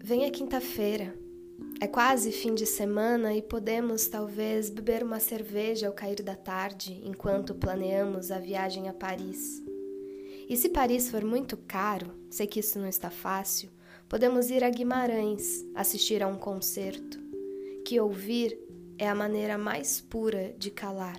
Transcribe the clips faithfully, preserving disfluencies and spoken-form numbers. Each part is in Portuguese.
Vem a quinta-feira. É quase fim de semana e podemos, talvez, beber uma cerveja ao cair da tarde, enquanto planeamos a viagem a Paris. E se Paris for muito caro, sei que isso não está fácil, podemos ir a Guimarães, assistir a um concerto, que ouvir é a maneira mais pura de calar.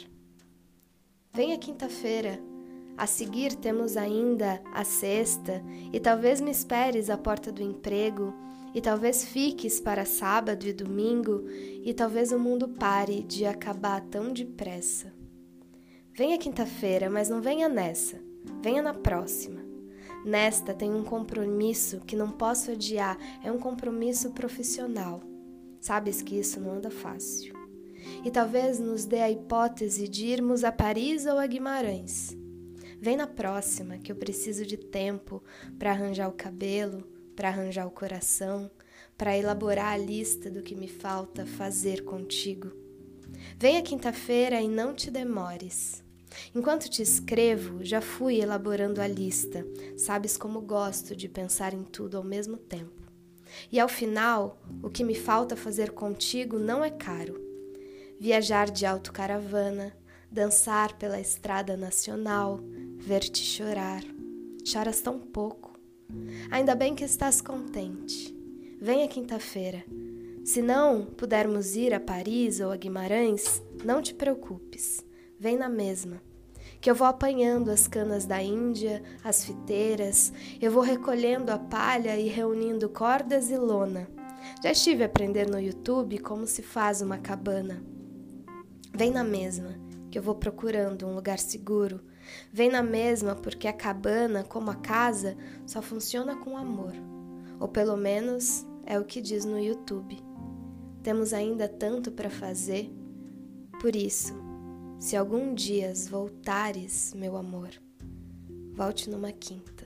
Vem a quinta-feira. A seguir temos ainda a sexta, e talvez me esperes à porta do emprego, e talvez fiques para sábado e domingo, e talvez o mundo pare de acabar tão depressa. Venha quinta-feira, mas não venha nessa, venha na próxima. Nesta tem um compromisso que não posso adiar, é um compromisso profissional. Sabes que isso não anda fácil. E talvez nos dê a hipótese de irmos a Paris ou a Guimarães. Vem na próxima, que eu preciso de tempo para arranjar o cabelo, para arranjar o coração, para elaborar a lista do que me falta fazer contigo. Venha quinta-feira e não te demores. Enquanto te escrevo, já fui elaborando a lista. Sabes como gosto de pensar em tudo ao mesmo tempo. E ao final, o que me falta fazer contigo não é caro. Viajar de autocaravana, dançar pela estrada nacional, ver-te chorar. Choras tão pouco. Ainda bem que estás contente. Venha quinta-feira. Se não pudermos ir a Paris ou a Guimarães, não te preocupes. Vem na mesma. Que eu vou apanhando as canas da Índia, as fiteiras, eu vou recolhendo a palha e reunindo cordas e lona. Já estive aprendendo no YouTube como se faz uma cabana. Vem na mesma, que eu vou procurando um lugar seguro. Vem na mesma porque a cabana, como a casa, só funciona com amor. Ou pelo menos é o que diz no YouTube. Temos ainda tanto para fazer. Por isso, se algum dia voltares, meu amor, volte numa quinta.